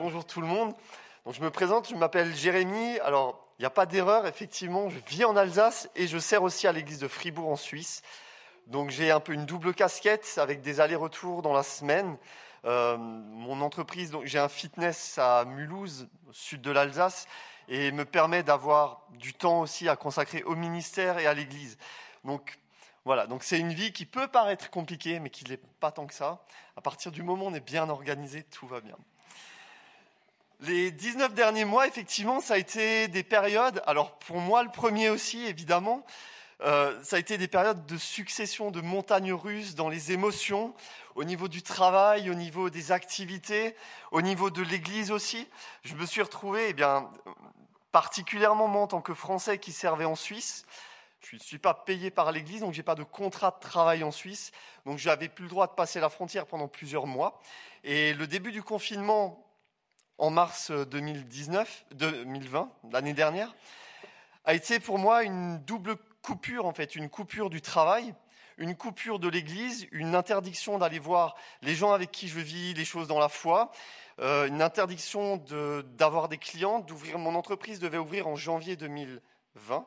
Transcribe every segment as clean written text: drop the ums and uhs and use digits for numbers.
bonjour tout le monde. Donc, je me présente, je m'appelle Jérémy. Alors, il n'y a pas d'erreur, effectivement, je vis en Alsace et je sers aussi à l'église de Fribourg en Suisse. Donc, j'ai un peu une double casquette avec des allers-retours dans la semaine. Mon entreprise, donc, j'ai un fitness à Mulhouse, au sud de l'Alsace, et me permet d'avoir du temps aussi à consacrer au ministère et à l'église. Donc, voilà, donc c'est une vie qui peut paraître compliquée, mais qui ne l'est pas tant que ça. À partir du moment où on est bien organisé, tout va bien. Les 19 derniers mois, effectivement, ça a été des périodes, alors pour moi le premier aussi, évidemment, ça a été des périodes de succession de montagnes russes dans les émotions, au niveau du travail, au niveau des activités, au niveau de l'église aussi. Je me suis retrouvé, particulièrement moi en tant que Français qui servait en Suisse. Je ne suis pas payé par l'église, donc je n'ai pas de contrat de travail en Suisse. Donc je n'avais plus le droit de passer la frontière pendant plusieurs mois. Et le début du confinement, en mars 2020, l'année dernière, a été pour moi une double coupure, en fait, une coupure du travail, une coupure de l'église, une interdiction d'aller voir les gens avec qui je vis les choses dans la foi, une interdiction d'avoir des clients, d'ouvrir. Mon entreprise devait ouvrir en janvier 2020.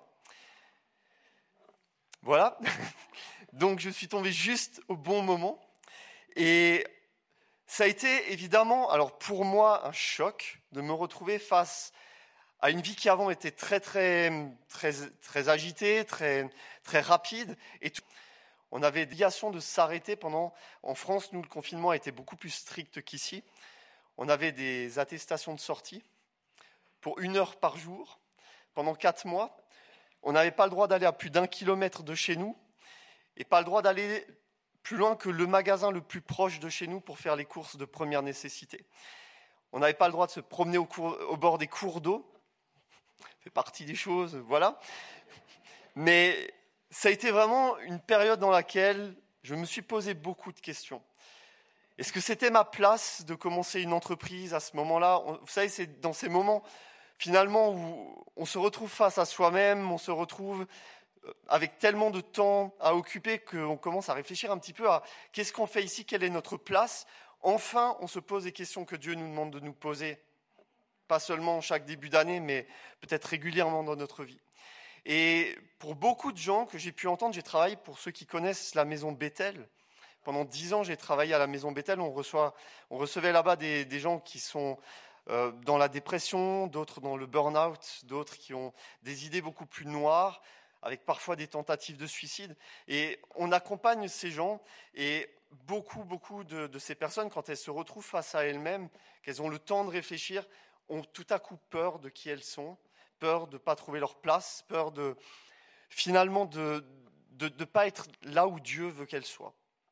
Voilà, donc je suis tombé juste au bon moment. Et ça a été évidemment, alors pour moi, un choc de me retrouver face à une vie qui avant était très agitée, très rapide. Et on avait l'obligation de s'arrêter pendant. En France, nous, le confinement a été beaucoup plus strict qu'ici. On avait des attestations de sortie pour 1 heure par jour pendant 4 mois. On n'avait pas le droit d'aller à plus d'1 kilomètre de chez nous et pas le droit d'aller plus loin que le magasin le plus proche de chez nous pour faire les courses de première nécessité. On n'avait pas le droit de se promener au bord des cours d'eau. Ça fait partie des choses, voilà. Mais ça a été vraiment une période dans laquelle je me suis posé beaucoup de questions. Est-ce que c'était ma place de commencer une entreprise à ce moment-là ? Vous savez, c'est dans ces moments, finalement, où on se retrouve face à soi-même, on se retrouve avec tellement de temps à occuper qu'on commence à réfléchir un petit peu à qu'est-ce qu'on fait ici, quelle est notre place. Enfin, on se pose des questions que Dieu nous demande de nous poser, pas seulement chaque début d'année, mais peut-être régulièrement dans notre vie. Et pour beaucoup de gens que j'ai pu entendre, j'ai travaillé pour ceux qui connaissent la maison Bethel. Pendant 10 ans, j'ai travaillé à la maison Bethel. On recevait là-bas des gens qui sont dans la dépression, d'autres dans le burn-out, d'autres qui ont des idées beaucoup plus noires, avec parfois des tentatives de suicide. Et on accompagne ces gens et beaucoup de ces personnes, quand elles se retrouvent face à elles-mêmes, qu'elles ont le temps de réfléchir, ont tout à coup peur de qui elles sont, peur de ne pas trouver leur place, peur finalement de ne pas être là où Dieu veut qu'elles soient.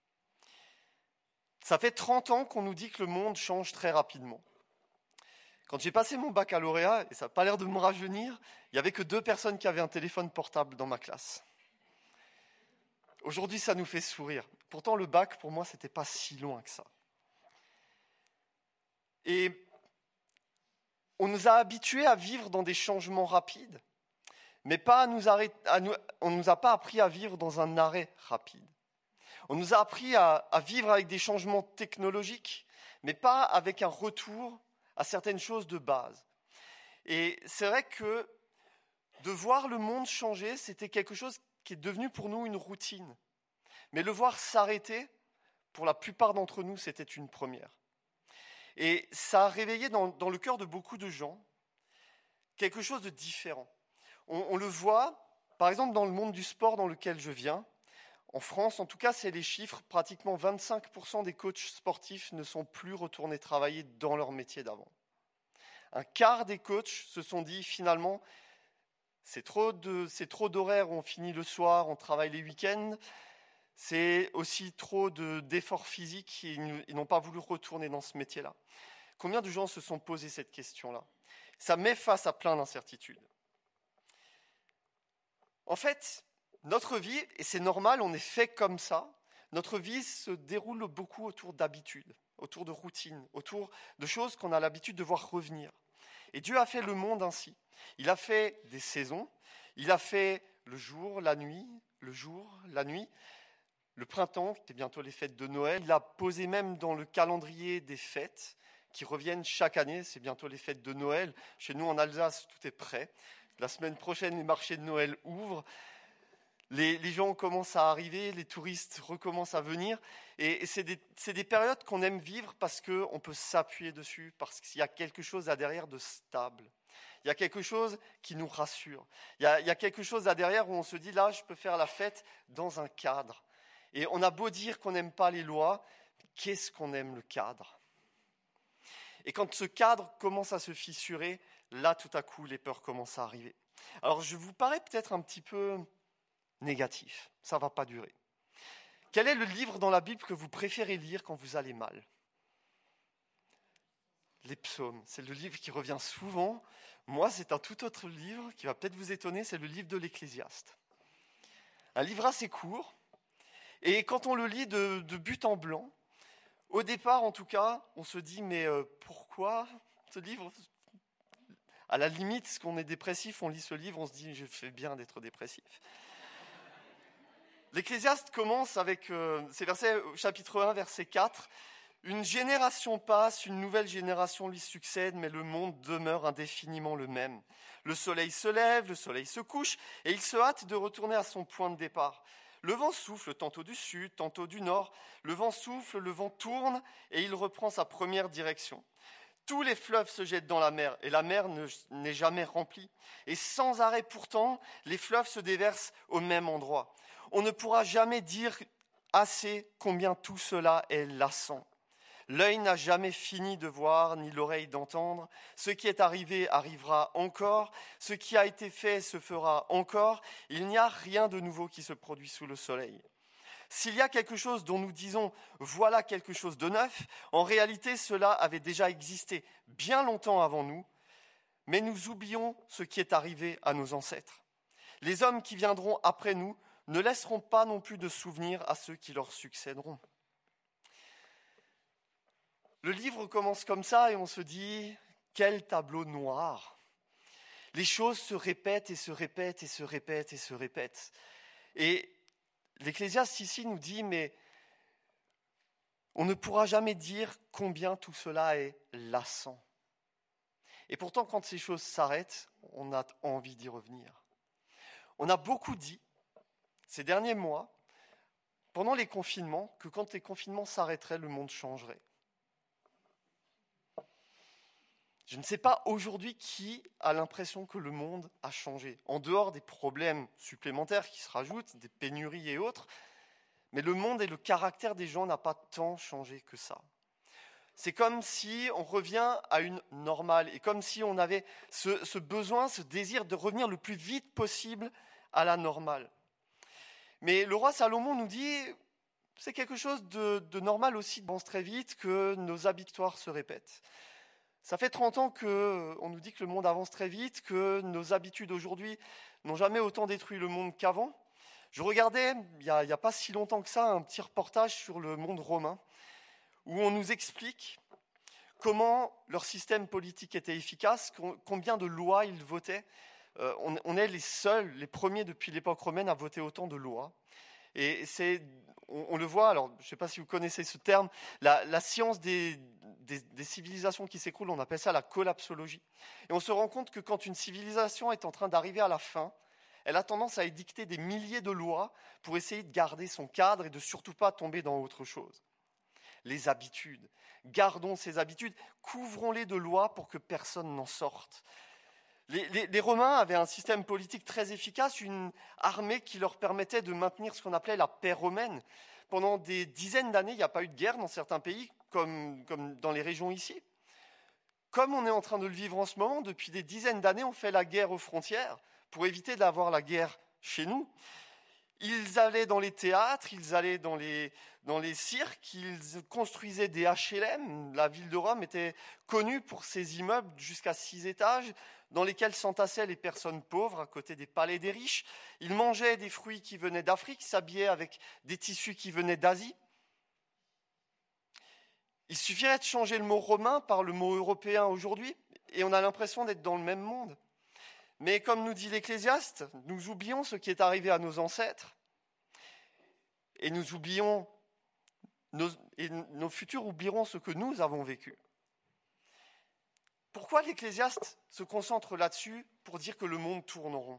Ça fait 30 ans qu'on nous dit que le monde change très rapidement. Quand j'ai passé mon baccalauréat, et ça n'a pas l'air de me rajeunir, il n'y avait que 2 personnes qui avaient un téléphone portable dans ma classe. Aujourd'hui, ça nous fait sourire. Pourtant, le bac, pour moi, ce n'était pas si loin que ça. Et on nous a habitués à vivre dans des changements rapides, mais on ne nous a pas appris à vivre dans un arrêt rapide. On nous a appris à vivre avec des changements technologiques, mais pas avec un retour à certaines choses de base. Et c'est vrai que de voir le monde changer, c'était quelque chose qui est devenu pour nous une routine. Mais le voir s'arrêter, pour la plupart d'entre nous, c'était une première. Et ça a réveillé dans le cœur de beaucoup de gens quelque chose de différent. On le voit, par exemple, dans le monde du sport dans lequel je viens. En France, en tout cas, c'est les chiffres. Pratiquement 25% des coachs sportifs ne sont plus retournés travailler dans leur métier d'avant. Un quart des coachs se sont dit finalement, c'est trop d'horaires, on finit le soir, on travaille les week-ends. C'est aussi trop d'efforts physiques et ils n'ont pas voulu retourner dans ce métier-là. Combien de gens se sont posés cette question-là ? Ça met face à plein d'incertitudes. En fait, notre vie, et c'est normal, on est fait comme ça, notre vie se déroule beaucoup autour d'habitudes, autour de routines, autour de choses qu'on a l'habitude de voir revenir. Et Dieu a fait le monde ainsi. Il a fait des saisons, il a fait le jour, la nuit, le printemps, c'est bientôt les fêtes de Noël. Il a posé même dans le calendrier des fêtes qui reviennent chaque année. C'est bientôt les fêtes de Noël. Chez nous, en Alsace, tout est prêt. La semaine prochaine, les marchés de Noël ouvrent. Les gens commencent à arriver, les touristes recommencent à venir. Et c'est des périodes qu'on aime vivre parce qu'on peut s'appuyer dessus, parce qu'il y a quelque chose là derrière de stable. Il y a quelque chose qui nous rassure. Il y a quelque chose là derrière où on se dit, là, je peux faire la fête dans un cadre. Et on a beau dire qu'on n'aime pas les lois, qu'est-ce qu'on aime le cadre ? Et quand ce cadre commence à se fissurer, là, tout à coup, les peurs commencent à arriver. Alors, je vous parais peut-être un petit peu négatif. Ça ne va pas durer. Quel est le livre dans la Bible que vous préférez lire quand vous allez mal ? Les psaumes. C'est le livre qui revient souvent. Moi, c'est un tout autre livre qui va peut-être vous étonner. C'est le livre de l'Ecclésiaste. Un livre assez court. Et quand on le lit de but en blanc, au départ, en tout cas, on se dit, mais pourquoi ce livre ? À la limite, si on est dépressif, on lit ce livre, on se dit, je fais bien d'être dépressif. L'Ecclésiaste commence avec ces versets, chapitre 1, verset 4. « Une génération passe, une nouvelle génération lui succède, mais le monde demeure indéfiniment le même. Le soleil se lève, le soleil se couche, et il se hâte de retourner à son point de départ. Le vent souffle tantôt du sud, tantôt du nord. Le vent souffle, le vent tourne, et il reprend sa première direction. Tous les fleuves se jettent dans la mer, et la mer n'est jamais remplie. Et sans arrêt pourtant, les fleuves se déversent au même endroit. On ne pourra jamais dire assez combien tout cela est lassant. L'œil n'a jamais fini de voir, ni l'oreille d'entendre. Ce qui est arrivé arrivera encore. Ce qui a été fait se fera encore. Il n'y a rien de nouveau qui se produit sous le soleil. S'il y a quelque chose dont nous disons « voilà quelque chose de neuf », en réalité cela avait déjà existé bien longtemps avant nous, mais nous oublions ce qui est arrivé à nos ancêtres. Les hommes qui viendront après nous ne laisseront pas non plus de souvenirs à ceux qui leur succéderont. Le livre commence comme ça et on se dit « quel tableau noir !» Les choses se répètent et se répètent et se répètent et se répètent. Et l'Ecclésiaste ici nous dit « mais on ne pourra jamais dire combien tout cela est lassant. » Et pourtant, quand ces choses s'arrêtent, on a envie d'y revenir. On a beaucoup dit, ces derniers mois, pendant les confinements, que quand les confinements s'arrêteraient, le monde changerait. Je ne sais pas aujourd'hui qui a l'impression que le monde a changé, en dehors des problèmes supplémentaires qui se rajoutent, des pénuries et autres, mais le monde et le caractère des gens n'a pas tant changé que ça. C'est comme si on revient à une normale, et comme si on avait ce besoin, ce désir de revenir le plus vite possible à la normale. Mais le roi Salomon nous dit, c'est quelque chose de normal aussi, de penser très vite, que nos habitudes se répètent. Ça fait 30 ans qu'on nous dit que le monde avance très vite, que nos habitudes aujourd'hui n'ont jamais autant détruit le monde qu'avant. Je regardais, il n'y a pas si longtemps que ça, un petit reportage sur le monde romain, où on nous explique comment leur système politique était efficace, combien de lois ils votaient. On est les seuls, les premiers depuis l'époque romaine à voter autant de lois. Et on le voit, alors je ne sais pas si vous connaissez ce terme, la science des civilisations qui s'écroulent, on appelle ça la collapsologie. Et on se rend compte que quand une civilisation est en train d'arriver à la fin, elle a tendance à édicter des milliers de lois pour essayer de garder son cadre et de surtout pas tomber dans autre chose. Les habitudes. Gardons ces habitudes, couvrons-les de lois pour que personne n'en sorte. Les Romains avaient un système politique très efficace, une armée qui leur permettait de maintenir ce qu'on appelait la paix romaine. Pendant des dizaines d'années, il n'y a pas eu de guerre dans certains pays, comme dans les régions ici. Comme on est en train de le vivre en ce moment, depuis des dizaines d'années, on fait la guerre aux frontières pour éviter d'avoir la guerre chez nous. Ils allaient dans les théâtres, ils allaient dans les cirques, ils construisaient des HLM. La ville de Rome était connue pour ses immeubles jusqu'à 6 étages, dans lesquels s'entassaient les personnes pauvres à côté des palais des riches. Ils mangeaient des fruits qui venaient d'Afrique, s'habillaient avec des tissus qui venaient d'Asie. Il suffirait de changer le mot romain par le mot européen aujourd'hui, et on a l'impression d'être dans le même monde. Mais comme nous dit l'Ecclésiaste, nous oublions ce qui est arrivé à nos ancêtres, et nos futurs oublieront ce que nous avons vécu. Pourquoi l'Ecclésiaste se concentre là-dessus pour dire que le monde tourne rond?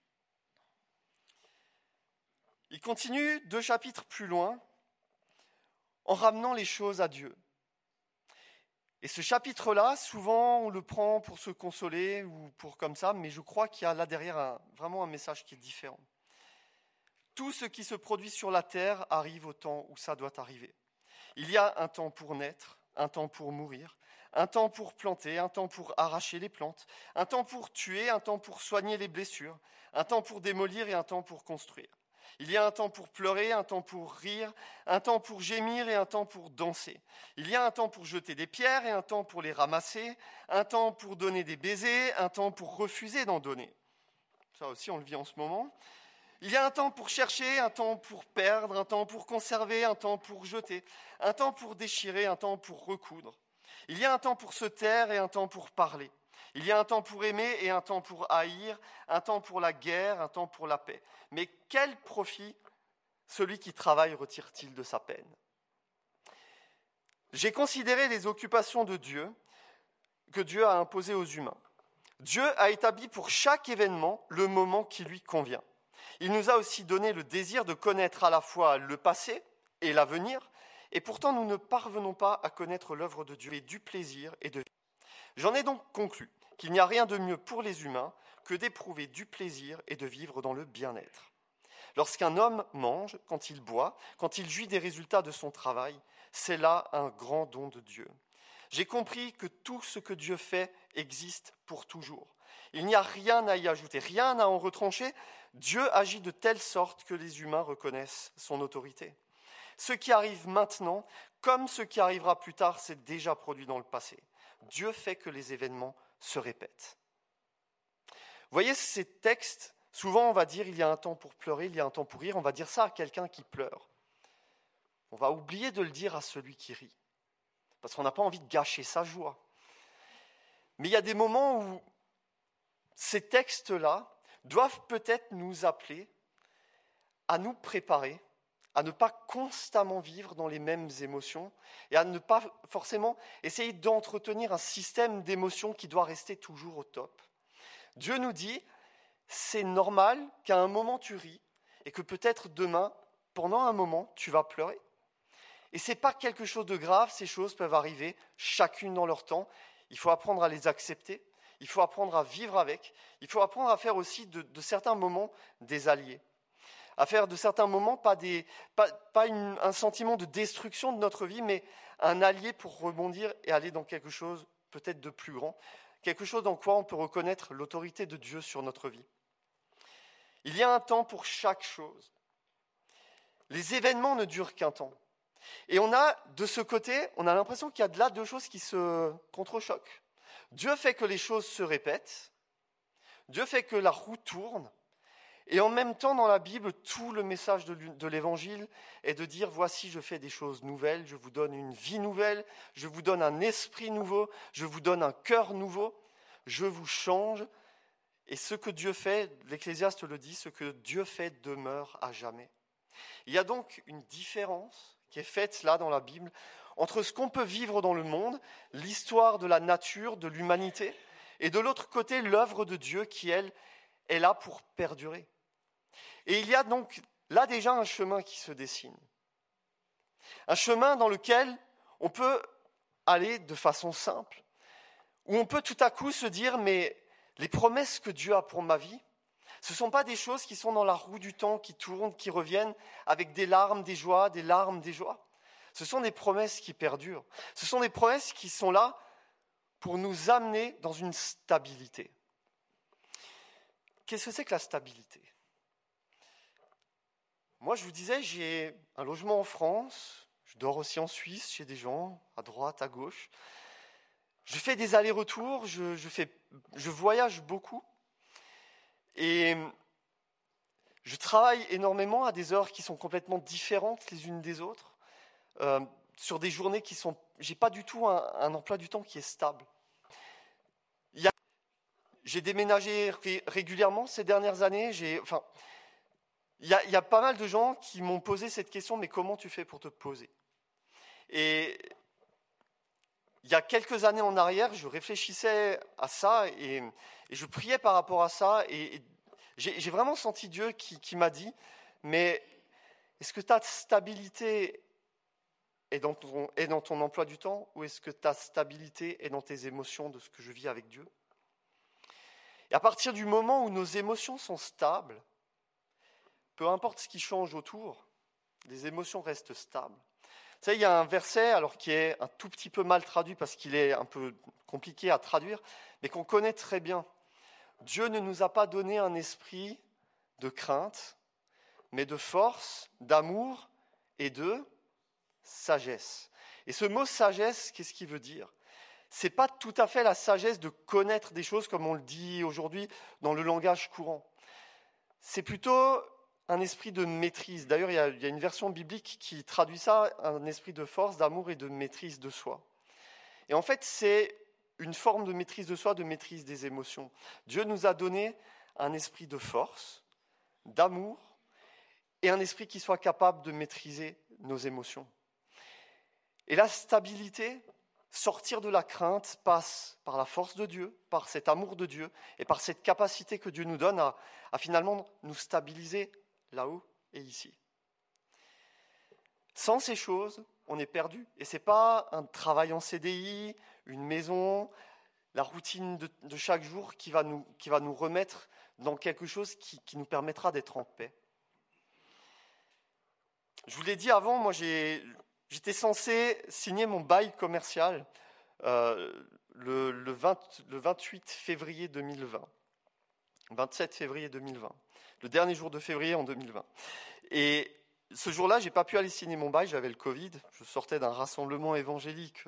Il continue 2 chapitres plus loin en ramenant les choses à Dieu. Et ce chapitre-là, souvent on le prend pour se consoler ou pour comme ça, mais je crois qu'il y a là derrière vraiment un message qui est différent. Tout ce qui se produit sur la terre arrive au temps où ça doit arriver. Il y a un temps pour naître, un temps pour mourir, un temps pour planter, un temps pour arracher les plantes, un temps pour tuer, un temps pour soigner les blessures, un temps pour démolir et un temps pour construire. Il y a un temps pour pleurer, un temps pour rire, un temps pour gémir et un temps pour danser. Il y a un temps pour jeter des pierres et un temps pour les ramasser, un temps pour donner des baisers, un temps pour refuser d'en donner. Ça aussi, on le vit en ce moment. Il y a un temps pour chercher, un temps pour perdre, un temps pour conserver, un temps pour jeter, un temps pour déchirer, un temps pour recoudre. Il y a un temps pour se taire et un temps pour parler. Il y a un temps pour aimer et un temps pour haïr, un temps pour la guerre, un temps pour la paix. Mais quel profit celui qui travaille retire-t-il de sa peine? J'ai considéré les occupations de Dieu que Dieu a imposées aux humains. Dieu a établi pour chaque événement le moment qui lui convient. Il nous a aussi donné le désir de connaître à la fois le passé et l'avenir, et pourtant nous ne parvenons pas à connaître l'œuvre de Dieu et du plaisir et de vie. J'en ai donc conclu qu'il n'y a rien de mieux pour les humains que d'éprouver du plaisir et de vivre dans le bien-être. Lorsqu'un homme mange, quand il boit, quand il jouit des résultats de son travail, c'est là un grand don de Dieu. J'ai compris que tout ce que Dieu fait existe pour toujours. Il n'y a rien à y ajouter, rien à en retrancher. Dieu agit de telle sorte que les humains reconnaissent son autorité. Ce qui arrive maintenant, comme ce qui arrivera plus tard, s'est déjà produit dans le passé. Dieu fait que les événements se répètent. Vous voyez, ces textes, souvent on va dire il y a un temps pour pleurer, il y a un temps pour rire. On va dire ça à quelqu'un qui pleure. On va oublier de le dire à celui qui rit, parce qu'on n'a pas envie de gâcher sa joie. Mais il y a des moments où ces textes-là doivent peut-être nous appeler à nous préparer, à ne pas constamment vivre dans les mêmes émotions et à ne pas forcément essayer d'entretenir un système d'émotions qui doit rester toujours au top. Dieu nous dit, c'est normal qu'à un moment tu ris et que peut-être demain, pendant un moment, tu vas pleurer. Et ce n'est pas quelque chose de grave, ces choses peuvent arriver chacune dans leur temps. Il faut apprendre à les accepter, il faut apprendre à vivre avec, il faut apprendre à faire aussi de certains moments des alliés. À faire de certains moments pas un sentiment de destruction de notre vie, mais un allié pour rebondir et aller dans quelque chose peut-être de plus grand, quelque chose dans quoi on peut reconnaître l'autorité de Dieu sur notre vie. Il y a un temps pour chaque chose. Les événements ne durent qu'un temps. Et on a, de ce côté, on a l'impression qu'il y a de là 2 choses qui se contrechoquent. Dieu fait que les choses se répètent, Dieu fait que la roue tourne, et en même temps, dans la Bible, tout le message de l'Évangile est de dire « Voici, je fais des choses nouvelles, je vous donne une vie nouvelle, je vous donne un esprit nouveau, je vous donne un cœur nouveau, je vous change. » Et ce que Dieu fait, l'Ecclésiaste le dit, ce que Dieu fait demeure à jamais. Il y a donc une différence qui est faite là dans la Bible entre ce qu'on peut vivre dans le monde, l'histoire de la nature, de l'humanité, et de l'autre côté, l'œuvre de Dieu qui, elle, est là pour perdurer. Et il y a donc là déjà un chemin qui se dessine. Un chemin dans lequel on peut aller de façon simple, où on peut tout à coup se dire, mais les promesses que Dieu a pour ma vie, ce ne sont pas des choses qui sont dans la roue du temps, qui tournent, qui reviennent avec des larmes, des joies, des larmes, des joies. Ce sont des promesses qui perdurent. Ce sont des promesses qui sont là pour nous amener dans une stabilité. Qu'est-ce que c'est que la stabilité ? Moi, je vous disais, j'ai un logement en France, je dors aussi en Suisse chez des gens, à droite, à gauche. Je fais des allers-retours, je voyage beaucoup. Et je travaille énormément à des heures qui sont complètement différentes les unes des autres, sur des journées qui sont... J'ai pas du tout un emploi du temps qui est stable. J'ai déménagé régulièrement ces dernières années. Il y a pas mal de gens qui m'ont posé cette question, mais comment tu fais pour te poser ? Et il y a quelques années en arrière, je réfléchissais à ça et je priais par rapport à ça. Et j'ai vraiment senti Dieu qui m'a dit, mais est-ce que ta stabilité est dans ton emploi du temps, ou est-ce que ta stabilité est dans tes émotions de ce que je vis avec Dieu? Et à partir du moment où nos émotions sont stables, peu importe ce qui change autour, les émotions restent stables. Vous savez, il y a un verset, alors qui est un tout petit peu mal traduit parce qu'il est un peu compliqué à traduire, mais qu'on connaît très bien. Dieu ne nous a pas donné un esprit de crainte, mais de force, d'amour et de sagesse. Et ce mot sagesse, qu'est-ce qu'il veut dire? C'est pas tout à fait la sagesse de connaître des choses comme on le dit aujourd'hui dans le langage courant. C'est plutôt un esprit de maîtrise. D'ailleurs, il y a une version biblique qui traduit ça, un esprit de force, d'amour et de maîtrise de soi. Et en fait, c'est une forme de maîtrise de soi, de maîtrise des émotions. Dieu nous a donné un esprit de force, d'amour, et un esprit qui soit capable de maîtriser nos émotions. Et la stabilité, sortir de la crainte, passe par la force de Dieu, par cet amour de Dieu, et par cette capacité que Dieu nous donne à finalement nous stabiliser là-haut et ici. Sans ces choses, on est perdu. Et ce n'est pas un travail en CDI, une maison, la routine de chaque jour qui va nous remettre dans quelque chose qui nous permettra d'être en paix. Je vous l'ai dit avant, moi j'étais censé signer mon bail commercial le 28 février 2020. 27 février 2020. Le dernier jour de février en 2020. Et ce jour-là, je n'ai pas pu aller signer mon bail, j'avais le Covid. Je sortais d'un rassemblement évangélique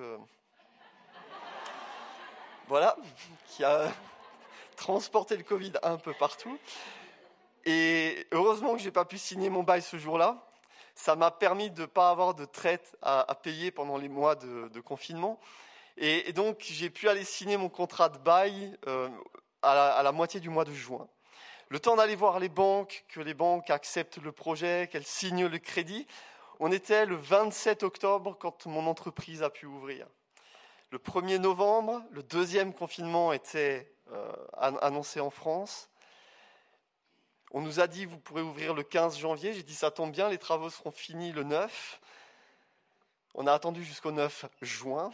voilà, qui a transporté le Covid un peu partout. Et heureusement que je n'ai pas pu signer mon bail ce jour-là. Ça m'a permis de ne pas avoir de traite à payer pendant les mois de confinement. Et donc, j'ai pu aller signer mon contrat de bail à la moitié du mois de juin. Le temps d'aller voir les banques, que les banques acceptent le projet, qu'elles signent le crédit. On était le 27 octobre quand mon entreprise a pu ouvrir. Le 1er novembre, le deuxième confinement était annoncé en France. On nous a dit, vous pourrez ouvrir le 15 janvier. J'ai dit, ça tombe bien, les travaux seront finis le 9. On a attendu jusqu'au 9 juin.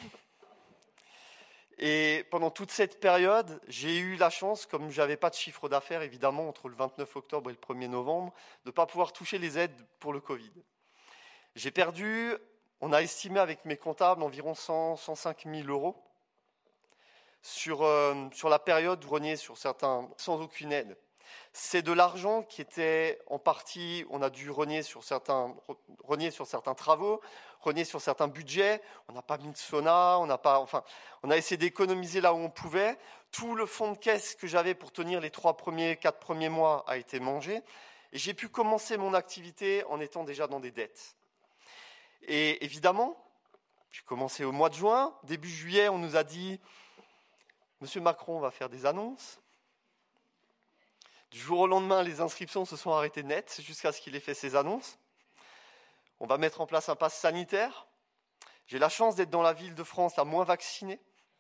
Et pendant toute cette période, j'ai eu la chance, comme je n'avais pas de chiffre d'affaires, évidemment, entre le 29 octobre et le 1er novembre, de ne pas pouvoir toucher les aides pour le Covid. J'ai perdu, on a estimé avec mes comptables, environ 105 000 euros sur la période reniée sur certains, sans aucune aide. C'est de l'argent qui était en partie, on a dû renier sur certains travaux, renier sur certains budgets. On n'a pas mis de sauna, on a essayé d'économiser là où on pouvait. Tout le fonds de caisse que j'avais pour tenir les 4 premiers mois a été mangé. Et j'ai pu commencer mon activité en étant déjà dans des dettes. Et évidemment, j'ai commencé au mois de juin. Début juillet, on nous a dit « Monsieur Macron va faire des annonces ». Du jour au lendemain, les inscriptions se sont arrêtées net jusqu'à ce qu'il ait fait ses annonces. On va mettre en place un pass sanitaire. J'ai la chance d'être dans la ville de France la moins vaccinée.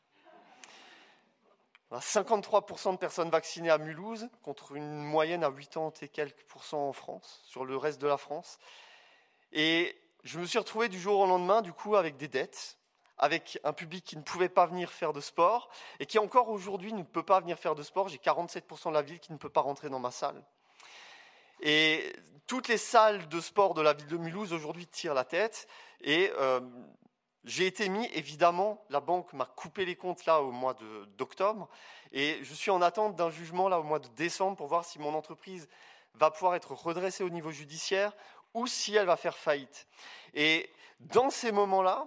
On a 53% de personnes vaccinées à Mulhouse, contre une moyenne à 80 et quelques pourcents en France, sur le reste de la France. Et je me suis retrouvé du jour au lendemain, du coup, avec des dettes, avec un public qui ne pouvait pas venir faire de sport et qui encore aujourd'hui ne peut pas venir faire de sport. J'ai 47% de la ville qui ne peut pas rentrer dans ma salle. Et toutes les salles de sport de la ville de Mulhouse aujourd'hui tirent la tête. Et j'ai été mis, évidemment, la banque m'a coupé les comptes là au mois d'octobre. Et je suis en attente d'un jugement là au mois de décembre pour voir si mon entreprise va pouvoir être redressée au niveau judiciaire ou si elle va faire faillite. Et dans ces moments-là,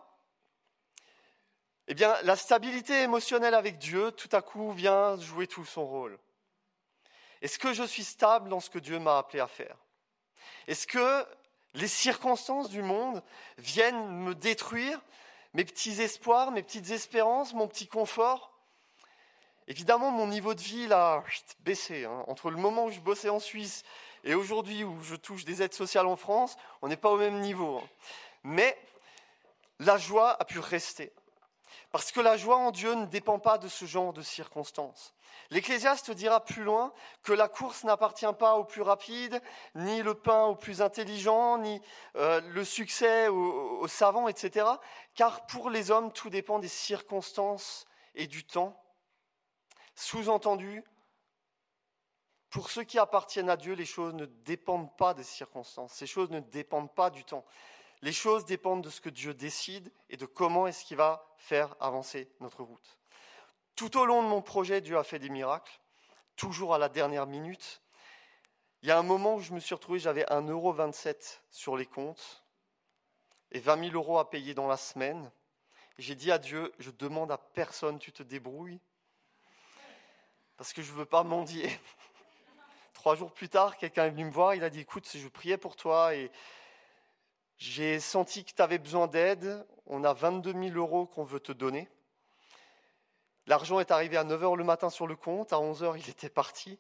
eh bien, la stabilité émotionnelle avec Dieu, tout à coup, vient jouer tout son rôle. Est-ce que je suis stable dans ce que Dieu m'a appelé à faire? Est-ce que les circonstances du monde viennent me détruire mes petits espoirs, mes petites espérances, mon petit confort? Évidemment, mon niveau de vie a baissé. Entre le moment où je bossais en Suisse et aujourd'hui où je touche des aides sociales en France, on n'est pas au même niveau. Mais la joie a pu rester. Parce que la joie en Dieu ne dépend pas de ce genre de circonstances. L'Ecclésiaste dira plus loin que la course n'appartient pas au plus rapide, ni le pain au plus intelligent, ni le succès aux savants, etc. Car pour les hommes, tout dépend des circonstances et du temps. Sous-entendu, pour ceux qui appartiennent à Dieu, les choses ne dépendent pas des circonstances, ces choses ne dépendent pas du temps. Les choses dépendent de ce que Dieu décide et de comment est-ce qu'il va faire avancer notre route. Tout au long de mon projet, Dieu a fait des miracles, toujours à la dernière minute. Il y a un moment où je me suis retrouvé, j'avais 1,27 € sur les comptes et 20 000 € à payer dans la semaine. Et j'ai dit à Dieu, je demande à personne, tu te débrouilles, parce que je ne veux pas mendier. 3 jours plus tard, quelqu'un est venu me voir, il a dit, écoute, je priais pour toi et j'ai senti que tu avais besoin d'aide, on a 22 000 € qu'on veut te donner. L'argent est arrivé à 9 h le matin sur le compte, à 11 h il était parti.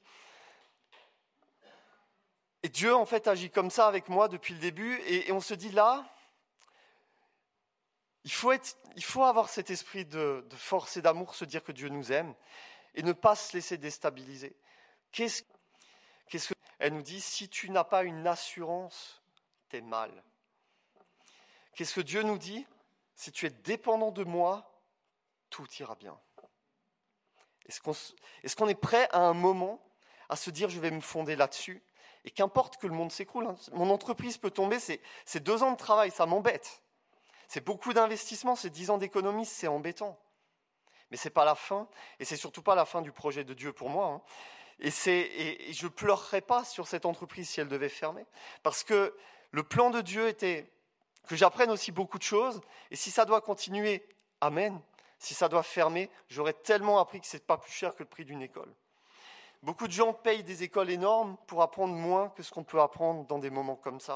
Et Dieu en fait agit comme ça avec moi depuis le début et on se dit là, il faut avoir cet esprit de force et d'amour, se dire que Dieu nous aime et ne pas se laisser déstabiliser. Qu'est-ce que elle nous dit, si tu n'as pas une assurance, t'es mal. Qu'est-ce que Dieu nous dit? Si tu es dépendant de moi, tout ira bien. Est-ce qu'on est prêt à un moment à se dire je vais me fonder là-dessus? Et qu'importe que le monde s'écroule, hein. Mon entreprise peut tomber, c'est 2 ans de travail, ça m'embête. C'est beaucoup d'investissement, c'est 10 ans d'économie, c'est embêtant. Mais ce n'est pas la fin, et c'est surtout pas la fin du projet de Dieu pour moi. Hein. Et je ne pleurerais pas sur cette entreprise si elle devait fermer. Parce que le plan de Dieu était que j'apprenne aussi beaucoup de choses, et si ça doit continuer, amen. Si ça doit fermer, j'aurais tellement appris que ce n'est pas plus cher que le prix d'une école. Beaucoup de gens payent des écoles énormes pour apprendre moins que ce qu'on peut apprendre dans des moments comme ça.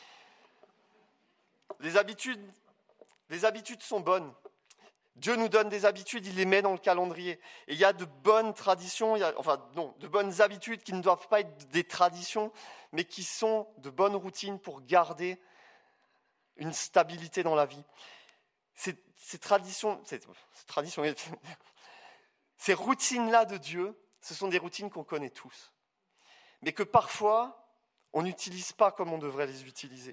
Les habitudes sont bonnes. Dieu nous donne des habitudes, il les met dans le calendrier. Et il y a de bonnes traditions, de bonnes habitudes qui ne doivent pas être des traditions, mais qui sont de bonnes routines pour garder une stabilité dans la vie. Ces routines-là de Dieu, ce sont des routines qu'on connaît tous, mais que parfois, on n'utilise pas comme on devrait les utiliser.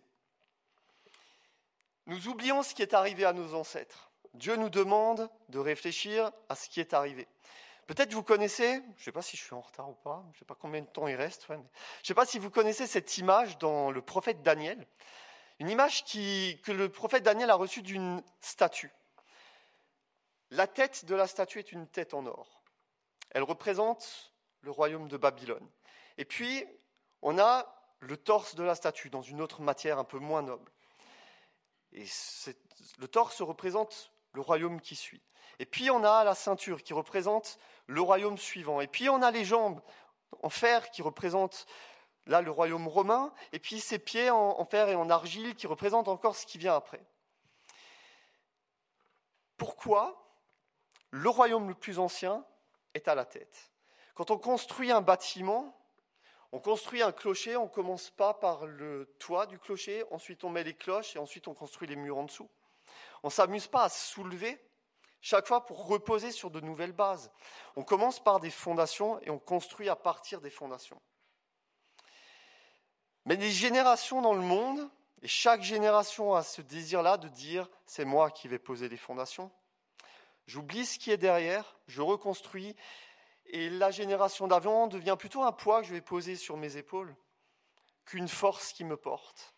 Nous oublions ce qui est arrivé à nos ancêtres. Dieu nous demande de réfléchir à ce qui est arrivé. Peut-être vous connaissez, je ne sais pas si je suis en retard ou pas, je ne sais pas combien de temps il reste, mais je ne sais pas si vous connaissez cette image dans le prophète Daniel, une image que le prophète Daniel a reçue d'une statue. La tête de la statue est une tête en or. Elle représente le royaume de Babylone. Et puis, on a le torse de la statue dans une autre matière un peu moins noble. Et le torse représente le royaume qui suit. Et puis, on a la ceinture qui représente le royaume suivant. Et puis, on a les jambes en fer qui représentent là le royaume romain. Et puis, ses pieds en fer et en argile qui représentent encore ce qui vient après. Pourquoi le royaume le plus ancien est à la tête? Quand on construit un bâtiment, on construit un clocher, on ne commence pas par le toit du clocher, ensuite on met les cloches et ensuite on construit les murs en dessous. On ne s'amuse pas à se soulever chaque fois pour reposer sur de nouvelles bases. On commence par des fondations et on construit à partir des fondations. Mais des générations dans le monde, et chaque génération a ce désir-là de dire « c'est moi qui vais poser les fondations ». J'oublie ce qui est derrière, je reconstruis, et la génération d'avant devient plutôt un poids que je vais poser sur mes épaules qu'une force qui me porte.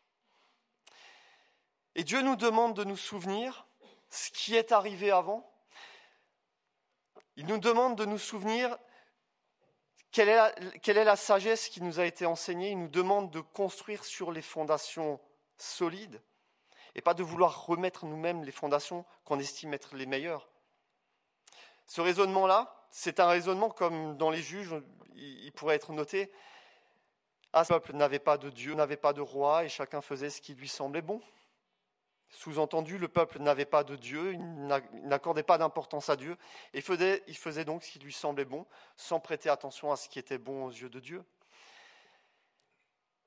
Et Dieu nous demande de nous souvenir ce qui est arrivé avant. Il nous demande de nous souvenir quelle est la sagesse qui nous a été enseignée. Il nous demande de construire sur les fondations solides et pas de vouloir remettre nous-mêmes les fondations qu'on estime être les meilleures. Ce raisonnement-là, c'est un raisonnement comme dans les Juges, il pourrait être noté. Ah, ce peuple n'avait pas de Dieu, n'avait pas de roi, et chacun faisait ce qui lui semblait bon. Sous-entendu, le peuple n'avait pas de Dieu, il n'accordait pas d'importance à Dieu, et il faisait donc ce qui lui semblait bon, sans prêter attention à ce qui était bon aux yeux de Dieu.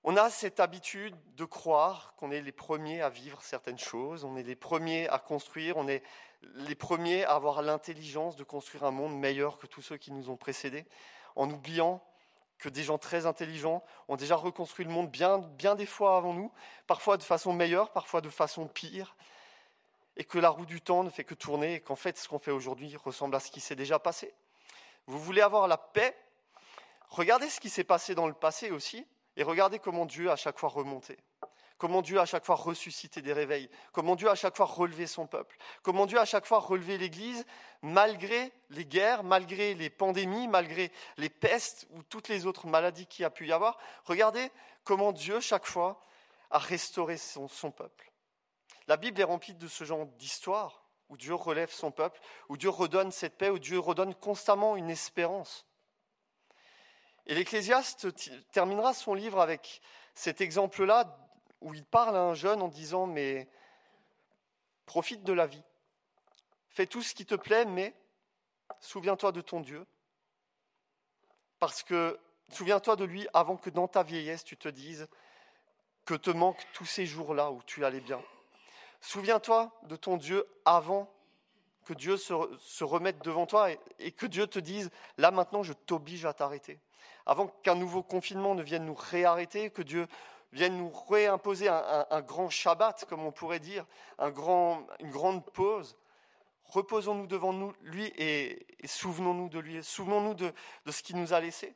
On a cette habitude de croire qu'on est les premiers à vivre certaines choses, on est les premiers à construire, on est les premiers à avoir l'intelligence de construire un monde meilleur que tous ceux qui nous ont précédés, en oubliant que des gens très intelligents ont déjà reconstruit le monde bien des fois avant nous, parfois de façon meilleure, parfois de façon pire, et que la roue du temps ne fait que tourner, et qu'en fait ce qu'on fait aujourd'hui ressemble à ce qui s'est déjà passé. Vous voulez avoir la paix? Regardez ce qui s'est passé dans le passé aussi, et regardez comment Dieu a à chaque fois remonté, comment Dieu a à chaque fois ressuscité des réveils, comment Dieu a à chaque fois relevé son peuple, comment Dieu a à chaque fois relevé l'Église, malgré les guerres, malgré les pandémies, malgré les pestes ou toutes les autres maladies qu'il y a pu y avoir. Regardez comment Dieu, chaque fois, a restauré son peuple. La Bible est remplie de ce genre d'histoires où Dieu relève son peuple, où Dieu redonne cette paix, où Dieu redonne constamment une espérance. Et l'Ecclésiaste terminera son livre avec cet exemple-là où il parle à un jeune en disant « mais profite de la vie, fais tout ce qui te plaît, mais souviens-toi de ton Dieu, parce que souviens-toi de lui avant que dans ta vieillesse tu te dises que te manquent tous ces jours-là où tu allais bien. Souviens-toi de ton Dieu avant que Dieu se remette devant toi et que Dieu te dise « là maintenant je t'oblige à t'arrêter ». Avant qu'un nouveau confinement ne vienne nous réarrêter, que Dieu vienne nous réimposer un grand Shabbat, comme on pourrait dire, une grande pause. Reposons-nous devant lui et souvenons-nous de lui, souvenons-nous de ce qu'il nous a laissé.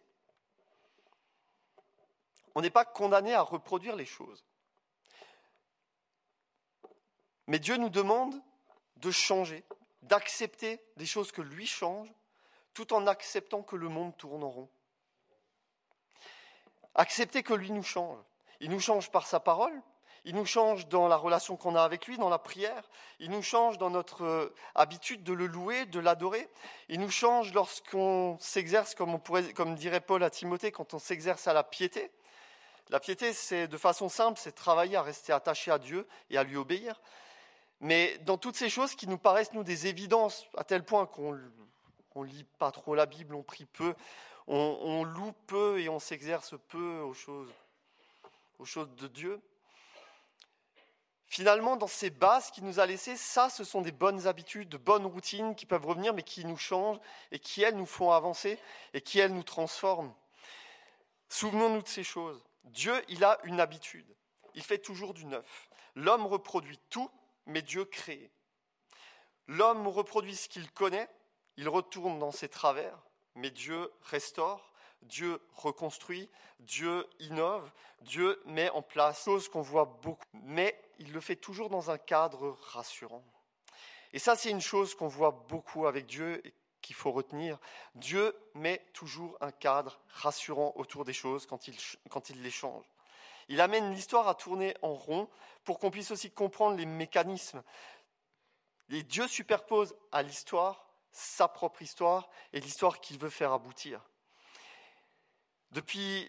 On n'est pas condamné à reproduire les choses. Mais Dieu nous demande de changer, d'accepter des choses que lui change, tout en acceptant que le monde tourne en rond. Accepter que lui nous change. Il nous change par sa parole, il nous change dans la relation qu'on a avec lui, dans la prière, il nous change dans notre habitude de le louer, de l'adorer, il nous change lorsqu'on s'exerce, comme dirait Paul à Timothée, quand on s'exerce à la piété. La piété, c'est de façon simple, c'est travailler à rester attaché à Dieu et à lui obéir. Mais dans toutes ces choses qui nous paraissent, nous, des évidences, à tel point qu'on ne lit pas trop la Bible, on prie peu, on loue peu et on s'exerce peu aux choses de Dieu. Finalement, dans ces bases qu'il nous a laissées, ça, ce sont des bonnes habitudes, de bonnes routines qui peuvent revenir, mais qui nous changent et qui, elles, nous font avancer et qui, elles, nous transforment. Souvenons-nous de ces choses. Dieu, il a une habitude. Il fait toujours du neuf. L'homme reproduit tout, mais Dieu crée. L'homme reproduit ce qu'il connaît, il retourne dans ses travers, mais Dieu restaure, Dieu reconstruit, Dieu innove, Dieu met en place des choses qu'on voit beaucoup, mais il le fait toujours dans un cadre rassurant. Et ça, c'est une chose qu'on voit beaucoup avec Dieu et qu'il faut retenir. Dieu met toujours un cadre rassurant autour des choses quand il les change. Il amène l'histoire à tourner en rond pour qu'on puisse aussi comprendre les mécanismes. Et Dieu superpose à l'histoire sa propre histoire et l'histoire qu'il veut faire aboutir. Depuis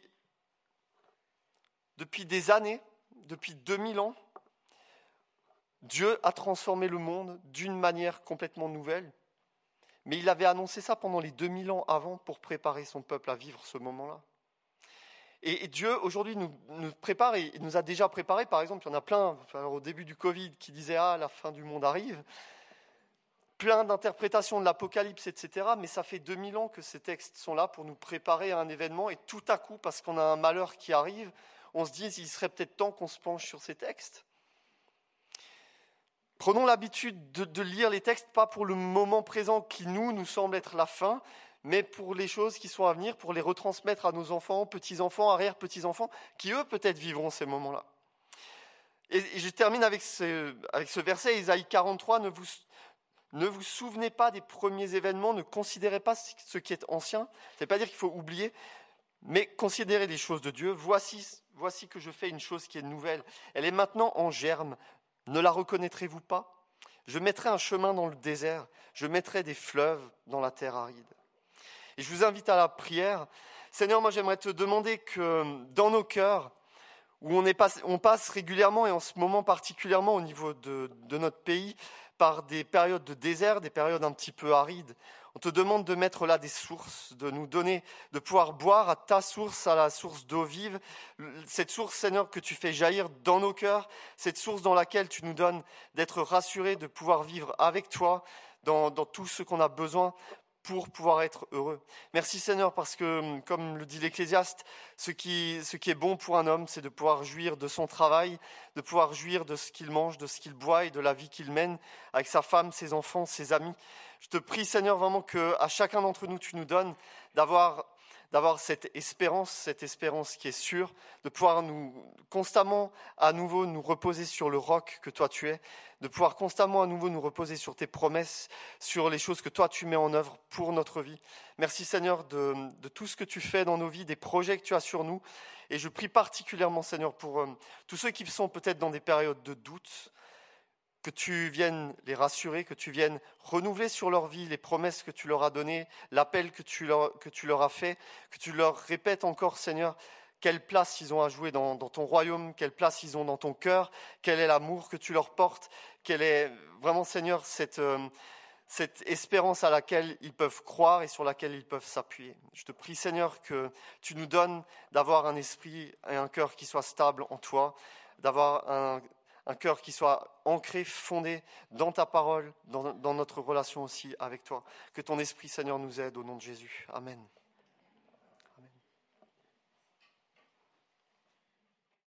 des années, depuis 2000 ans, Dieu a transformé le monde d'une manière complètement nouvelle. Mais il avait annoncé ça pendant les 2000 ans avant pour préparer son peuple à vivre ce moment-là. Et Dieu, aujourd'hui, nous prépare et nous a déjà préparé. Par exemple, il y en a plein, au début du Covid, qui disaient « Ah, la fin du monde arrive ». Plein d'interprétations de l'Apocalypse, etc. Mais ça fait 2000 ans que ces textes sont là pour nous préparer à un événement. Et tout à coup, parce qu'on a un malheur qui arrive, on se dit il serait peut-être temps qu'on se penche sur ces textes. Prenons l'habitude de lire les textes, pas pour le moment présent qui nous semble être la fin, mais pour les choses qui sont à venir, pour les retransmettre à nos enfants, petits-enfants, arrière-petits-enfants, qui eux peut-être vivront ces moments-là. Et je termine avec ce verset, Isaïe 43, ne vous souvenez pas des premiers événements, ne considérez pas ce qui est ancien. Ça ne veut pas dire qu'il faut oublier, mais considérez les choses de Dieu. Voici que je fais une chose qui est nouvelle. Elle est maintenant en germe. Ne la reconnaîtrez-vous pas ? Je mettrai un chemin dans le désert. Je mettrai des fleuves dans la terre aride. Et je vous invite à la prière. Seigneur, moi j'aimerais te demander que dans nos cœurs, où on passe régulièrement et en ce moment particulièrement au niveau de notre pays, par des périodes de désert, des périodes un petit peu arides. On te demande de mettre là des sources, de nous donner, de pouvoir boire à ta source, à la source d'eau vive, cette source, Seigneur, que tu fais jaillir dans nos cœurs, cette source dans laquelle tu nous donnes d'être rassurés, de pouvoir vivre avec toi dans tout ce qu'on a besoin pour pouvoir être heureux. Merci Seigneur parce que, comme le dit l'Ecclésiaste, ce qui est bon pour un homme, c'est de pouvoir jouir de son travail, de pouvoir jouir de ce qu'il mange, de ce qu'il boit et de la vie qu'il mène avec sa femme, ses enfants, ses amis. Je te prie Seigneur vraiment qu'à chacun d'entre nous, tu nous donnes d'avoir cette espérance qui est sûre, de pouvoir nous constamment à nouveau nous reposer sur le roc que toi tu es, de pouvoir constamment à nouveau nous reposer sur tes promesses, sur les choses que toi tu mets en œuvre pour notre vie. Merci Seigneur de tout ce que tu fais dans nos vies, des projets que tu as sur nous. Et je prie particulièrement Seigneur pour tous ceux qui sont peut-être dans des périodes de doute, que tu viennes les rassurer, que tu viennes renouveler sur leur vie les promesses que tu leur as données, l'appel que tu leur as fait, que tu leur répètes encore, Seigneur, quelle place ils ont à jouer dans ton royaume, quelle place ils ont dans ton cœur, quel est l'amour que tu leur portes, quelle est vraiment, Seigneur, cette espérance à laquelle ils peuvent croire et sur laquelle ils peuvent s'appuyer. Je te prie, Seigneur, que tu nous donnes d'avoir un esprit et un cœur qui soient stables en toi, d'avoir un cœur qui soit ancré, fondé dans ta parole, dans notre relation aussi avec toi. Que ton esprit, Seigneur, nous aide au nom de Jésus. Amen.